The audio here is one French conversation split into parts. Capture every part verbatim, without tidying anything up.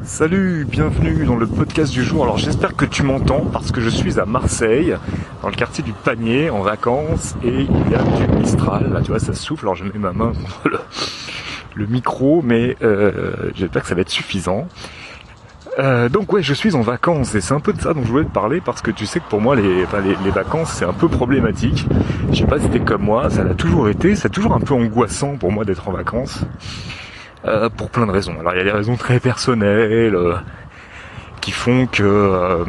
Salut, bienvenue dans le podcast du jour. Alors j'espère que tu m'entends parce que je suis à Marseille, dans le quartier du Panier, en vacances, et il y a du Mistral. Là tu vois, ça souffle, alors je mets ma main contre le, le micro, mais euh, j'espère que ça va être suffisant. Euh, donc ouais, je suis en vacances et c'est un peu de ça dont je voulais te parler parce que tu sais que pour moi les, enfin, les, les vacances c'est un peu problématique. Je sais pas si t'es comme moi, ça l'a toujours été, c'est toujours un peu angoissant pour moi d'être en vacances. Euh, pour plein de raisons. Alors il y a des raisons très personnelles euh, qui font que euh,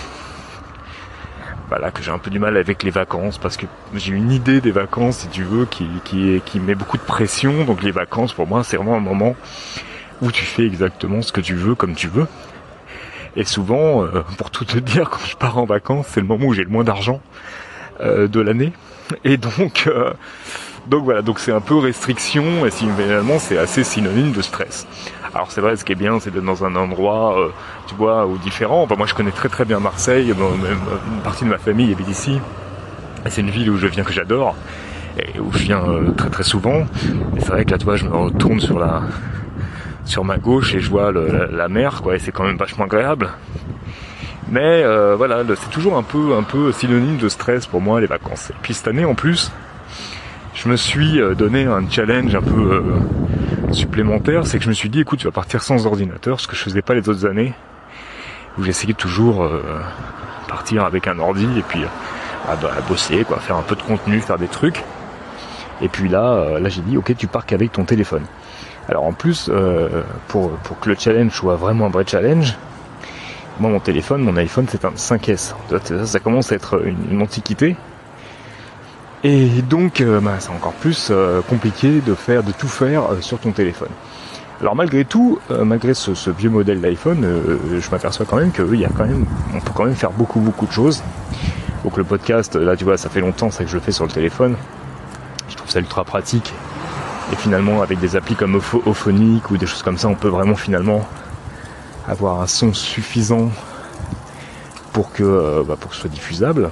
voilà, que j'ai un peu du mal avec les vacances parce que j'ai une idée des vacances, si tu veux, qui, qui, qui met beaucoup de pression. Donc les vacances pour moi c'est vraiment un moment où tu fais exactement ce que tu veux comme tu veux. Et souvent, euh, pour tout te dire, quand je pars en vacances, c'est le moment où j'ai le moins d'argent euh, de l'année. Et donc euh, Donc voilà, donc c'est un peu restriction et finalement c'est assez synonyme de stress. Alors c'est vrai, ce qui est bien, c'est d'être dans un endroit, euh, tu vois, ou différent. Enfin, moi je connais très très bien Marseille, bon, même une partie de ma famille habite ici. Et c'est une ville où je viens, que j'adore, et où je viens euh, très très souvent. Et c'est vrai que là, tu vois, je me retourne sur la, sur ma gauche et je vois le, la, la mer, quoi, et c'est quand même vachement agréable. Mais euh, voilà, c'est toujours un peu, un peu synonyme de stress pour moi les vacances. Et puis cette année en plus, je me suis donné un challenge un peu euh, supplémentaire, c'est que je me suis dit, écoute, tu vas partir sans ordinateur, ce que je faisais pas les autres années, où j'essayais toujours euh, partir avec un ordi et puis euh, bah, bosser, quoi, faire un peu de contenu, faire des trucs. Et puis là, euh, là j'ai dit, ok, tu pars qu'avec ton téléphone. Alors en plus, euh, pour pour que le challenge soit vraiment un vrai challenge, moi mon téléphone, mon iPhone, c'est un cinq S. Ça, ça commence à être une, une antiquité. Et donc, euh, bah, c'est encore plus euh, compliqué de faire, de tout faire euh, sur ton téléphone. Alors malgré tout, euh, malgré ce, ce vieux modèle d'iPhone, euh, je m'aperçois quand même que il y a quand même, on peut quand même faire beaucoup beaucoup de choses. Donc le podcast, là tu vois, ça fait longtemps ça que je le fais sur le téléphone. Je trouve ça ultra pratique. Et finalement, avec des applis comme Auphonic ou des choses comme ça, on peut vraiment finalement avoir un son suffisant pour que, euh, bah, pour que ce soit diffusable.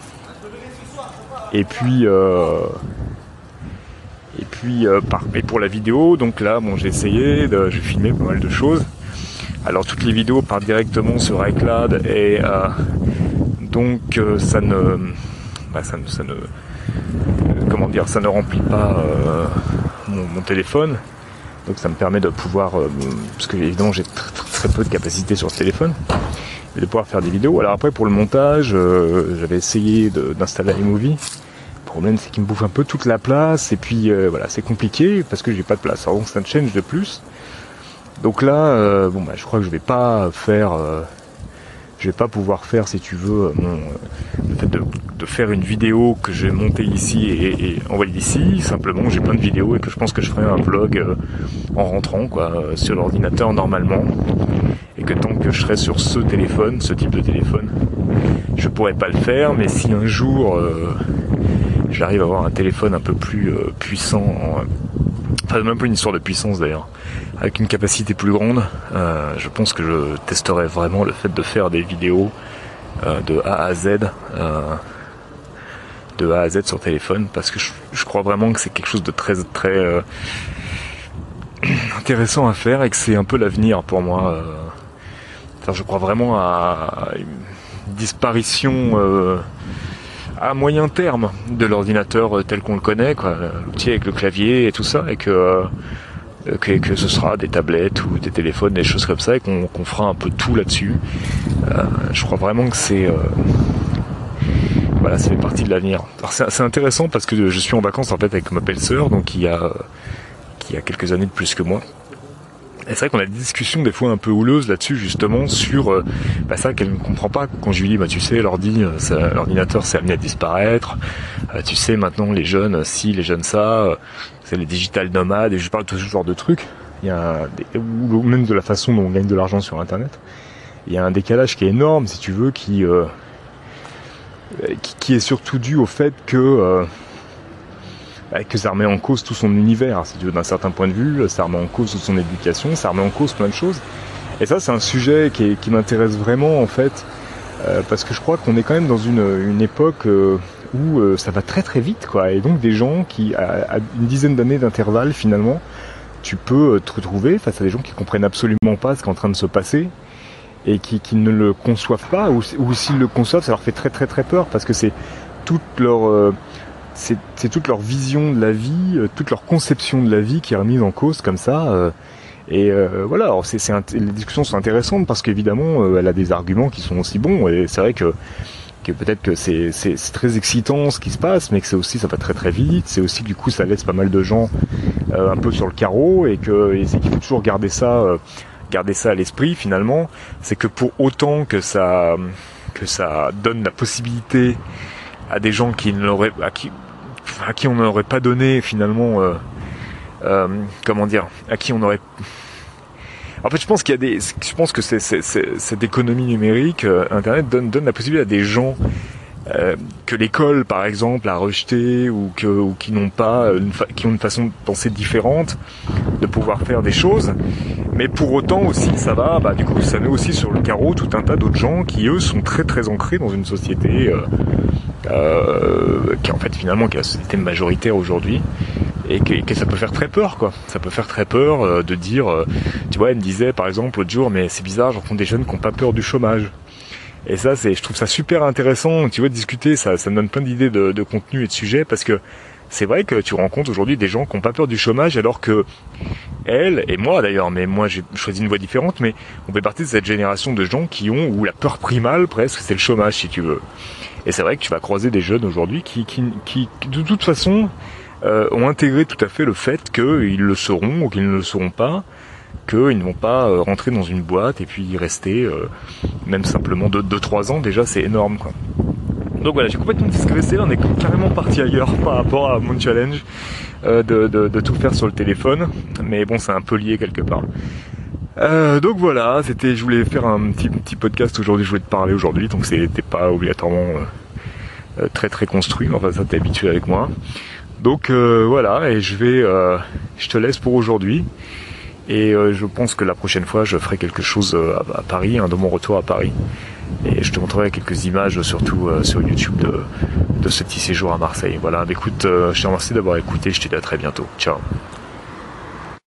Et puis, euh, et puis, euh, par, et pour la vidéo, donc là, bon, j'ai essayé, de, j'ai filmé pas mal de choses. Alors toutes les vidéos partent directement sur iCloud et euh, donc euh, ça ne, bah, ça ne, ça ne, euh, comment dire, ça ne remplit pas euh, mon, mon téléphone. Donc ça me permet de pouvoir, euh, parce que évidemment j'ai très, très, très peu de capacité sur ce téléphone, et de pouvoir faire des vidéos. Alors après pour le montage, euh, j'avais essayé de, d'installer iMovie. Le problème c'est qu'il me bouffe un peu toute la place et puis euh, voilà, c'est compliqué parce que j'ai pas de place. Alors donc c'est un change de plus. Donc là, euh, bon bah je crois que je vais pas faire, euh, je vais pas pouvoir faire, si tu veux, mon, euh, le fait de, de faire une vidéo que j'ai montée ici et, et envoyée d'ici. Simplement, j'ai plein de vidéos et que je pense que je ferai un vlog euh, en rentrant, quoi, euh, sur l'ordinateur normalement. Et que tant que je serai sur ce téléphone, ce type de téléphone, je pourrais pas le faire. Mais si un jour euh, j'arrive à avoir un téléphone un peu plus euh, puissant, en, enfin même pas une histoire de puissance d'ailleurs, avec une capacité plus grande, euh, je pense que je testerai vraiment le fait de faire des vidéos euh, de A à Z, euh, de A à Z sur téléphone, parce que je, je crois vraiment que c'est quelque chose de très très euh, intéressant à faire et que c'est un peu l'avenir pour moi. Euh, enfin, je crois vraiment à une disparition euh, à moyen terme de l'ordinateur tel qu'on le connaît, quoi, l'outil avec le clavier et tout ça, et que, euh, que, que ce sera des tablettes ou des téléphones, des choses comme ça, et qu'on, qu'on fera un peu tout là-dessus. Euh, je crois vraiment que c'est... Euh, voilà, ça fait partie de l'avenir. Alors c'est, c'est intéressant parce que je suis en vacances en fait avec ma belle-sœur, donc qui a, qui a quelques années de plus que moi. Et c'est vrai qu'on a des discussions des fois un peu houleuses là-dessus, justement, sur euh, bah, ça qu'elle ne comprend pas. Quand je lui dis, bah tu sais, l'ordi, ça, l'ordinateur c'est amené à disparaître, euh, tu sais, maintenant les jeunes, si, les jeunes ça, euh, c'est les digital nomades, et je parle de ce genre de trucs. Il y a des, ou même de la façon dont on gagne de l'argent sur Internet. Il y a un décalage qui est énorme, si tu veux, qui, euh, qui, qui est surtout dû au fait que... Euh, que ça remet en cause tout son univers, si tu veux, d'un certain point de vue, ça remet en cause toute son éducation, ça remet en cause plein de choses. Et ça, c'est un sujet qui, est, qui m'intéresse vraiment, en fait, euh, parce que je crois qu'on est quand même dans une, une époque euh, où euh, ça va très très vite, quoi. Et donc des gens qui, à, à une dizaine d'années d'intervalle, finalement, tu peux te retrouver face à des gens qui comprennent absolument pas ce qui est en train de se passer, et qui, qui ne le conçoivent pas, ou, ou s'ils le conçoivent, ça leur fait très très très peur, parce que c'est toute leur euh, c'est, c'est toute leur vision de la vie, euh, toute leur conception de la vie qui est remise en cause comme ça. Euh, et euh, voilà, alors c'est, c'est les discussions sont intéressantes parce qu'évidemment euh, elle a des arguments qui sont aussi bons, et c'est vrai que que peut-être que c'est, c'est, c'est très excitant ce qui se passe, mais que c'est aussi, ça va très très vite, c'est aussi du coup ça laisse pas mal de gens euh, un peu sur le carreau, et que et c'est qu'il faut toujours garder ça euh, garder ça à l'esprit finalement, c'est que pour autant que ça que ça donne la possibilité à des gens qui ne l'auraient à qui à qui on n'aurait pas donné finalement euh, euh, comment dire, à qui on aurait En fait, je pense qu'il y a des, je pense que c'est, c'est, c'est, cette économie numérique, euh, Internet donne, donne la possibilité à des gens euh, que l'école, par exemple, a rejeté, ou que, ou qui n'ont pas, une fa- qui ont une façon de penser différente, de pouvoir faire des choses. Mais pour autant aussi, ça va, bah du coup, ça met aussi sur le carreau tout un tas d'autres gens qui eux sont très très ancrés dans une société euh, euh, qui en fait finalement qui est la société majoritaire aujourd'hui. Et que, que ça peut faire très peur, quoi. Ça peut faire très peur euh, de dire, euh, tu vois, elle me disait par exemple l'autre jour, mais c'est bizarre, je rencontre des jeunes qui n'ont pas peur du chômage. Et ça, c'est, je trouve ça super intéressant, tu vois, de discuter, ça, ça me donne plein d'idées de, de contenu et de sujets, parce que c'est vrai que tu rencontres aujourd'hui des gens qui n'ont pas peur du chômage, alors que elle, et moi d'ailleurs, mais moi j'ai choisi une voie différente, mais on fait partie de cette génération de gens qui ont, où la peur primale presque, c'est le chômage, si tu veux. Et c'est vrai que tu vas croiser des jeunes aujourd'hui qui, qui, qui, de toute façon, Euh, ont intégré tout à fait le fait qu'ils le seront ou qu'ils ne le seront pas, qu'ils ne vont pas euh, rentrer dans une boîte et puis y rester euh, même simplement deux trois ans, déjà c'est énorme, quoi. Donc voilà, j'ai complètement digressé, on est carrément parti ailleurs par rapport à mon challenge euh, de, de, de tout faire sur le téléphone, mais bon, c'est un peu lié quelque part. Euh, donc voilà, c'était, je voulais faire un petit, petit podcast aujourd'hui, je voulais te parler aujourd'hui, donc c'était pas obligatoirement euh, très très construit, mais enfin ça t'es habitué avec moi. Donc euh, voilà, et je vais, euh, je te laisse pour aujourd'hui. Et euh, je pense que la prochaine fois, je ferai quelque chose euh, à, à Paris, hein, de mon retour à Paris. Et je te montrerai quelques images, surtout euh, sur YouTube, de, de ce petit séjour à Marseille. Voilà, écoute, euh, je te remercie d'avoir écouté. Je te dis à très bientôt. Ciao.